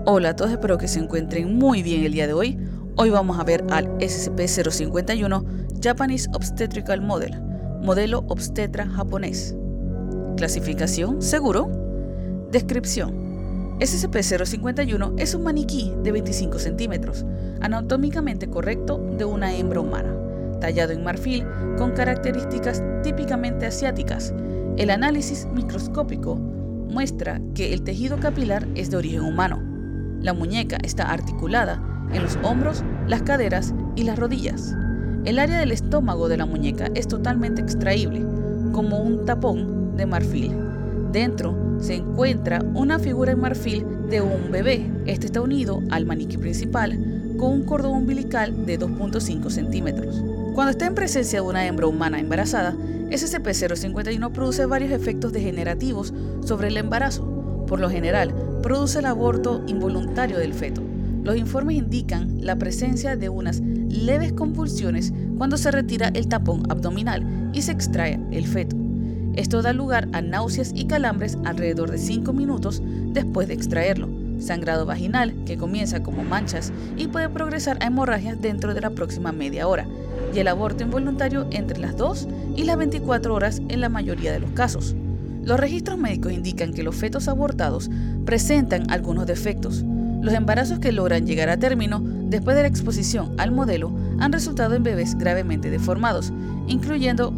Hola a todos, espero que se encuentren muy bien el día de hoy. Hoy vamos a ver al SCP-051 Japanese Obstetrical Model, modelo obstetra japonés. Clasificación: seguro. Descripción: SCP-051 es un maniquí de 25 centímetros, anatómicamente correcto de una hembra humana, tallado en marfil con características típicamente asiáticas. El análisis microscópico muestra que el tejido capilar es de origen humano. La muñeca está articulada en los hombros, las caderas y las rodillas. El área del estómago de la muñeca es totalmente extraíble, como un tapón de marfil. Dentro se encuentra una figura en marfil de un bebé. Este está unido al maniquí principal con un cordón umbilical de 2.5 centímetros. Cuando está en presencia de una hembra humana embarazada, SCP-051 produce varios efectos degenerativos sobre el embarazo. Por lo general, produce el aborto involuntario del feto. Los informes indican la presencia de unas leves convulsiones cuando se retira el tapón abdominal y se extrae el feto. Esto da lugar a náuseas y calambres alrededor de 5 minutos después de extraerlo, sangrado vaginal que comienza como manchas y puede progresar a hemorragias dentro de la próxima media hora, y el aborto involuntario entre las 2 y las 24 horas en la mayoría de los casos. Los registros médicos indican que los fetos abortados presentan algunos defectos. Los embarazos que logran llegar a término después de la exposición al modelo han resultado en bebés gravemente deformados, incluyendo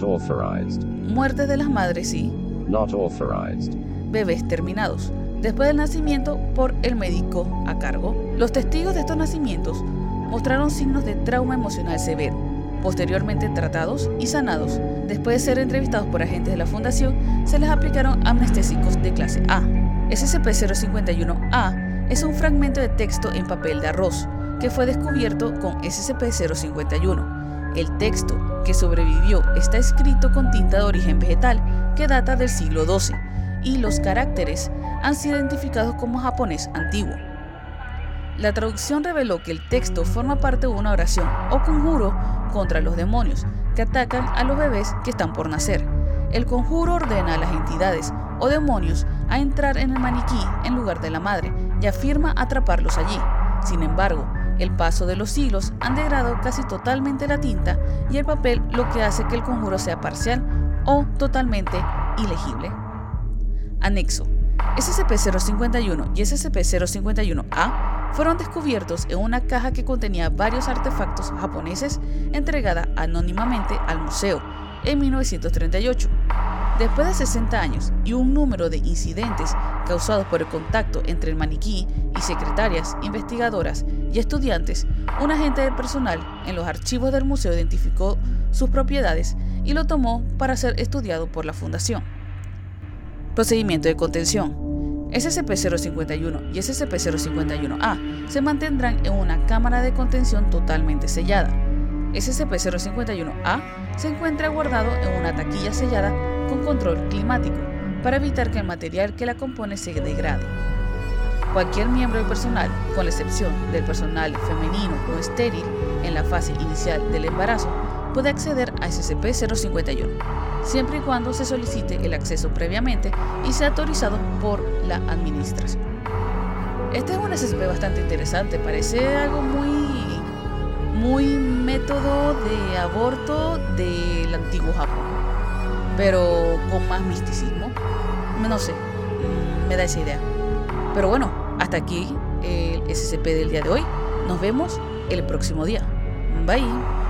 muertes de las madres y bebés terminados después del nacimiento por el médico a cargo. Los testigos de estos nacimientos mostraron signos de trauma emocional severo, posteriormente tratados y sanados. Después de ser entrevistados por agentes de la fundación, se les aplicaron anestésicos de clase A. SCP-051-A es un fragmento de texto en papel de arroz que fue descubierto con SCP-051. El texto que sobrevivió está escrito con tinta de origen vegetal que data del siglo XII y los caracteres han sido identificados como japonés antiguo. La traducción reveló que el texto forma parte de una oración o conjuro contra los demonios que atacan a los bebés que están por nacer. El conjuro ordena a las entidades o demonios a entrar en el maniquí en lugar de la madre y afirma atraparlos allí. Sin embargo, el paso de los siglos han degradado casi totalmente la tinta y el papel, lo que hace que el conjuro sea parcial o totalmente ilegible. Anexo: SCP-051 y SCP-051-A fueron descubiertos en una caja que contenía varios artefactos japoneses entregada anónimamente al museo en 1938. Después de 60 años y un número de incidentes causados por el contacto entre el maniquí y secretarias, investigadoras y estudiantes, un agente del personal en los archivos del museo identificó sus propiedades y lo tomó para ser estudiado por la fundación. Procedimiento de contención: SCP-051 y SCP-051-A se mantendrán en una cámara de contención totalmente sellada. SCP-051-A se encuentra guardado en una taquilla sellada con control climático para evitar que el material que la compone se degrade. Cualquier miembro del personal, con la excepción del personal femenino o estéril en la fase inicial del embarazo, puede acceder a SCP-051, siempre y cuando se solicite el acceso previamente y sea autorizado por la administración. Este es un SCP bastante interesante, parece algo muy método de aborto del antiguo Japón, pero con más misticismo. No sé, me da esa idea. Pero bueno, hasta aquí el SCP del día de hoy. Nos vemos el próximo día. Bye.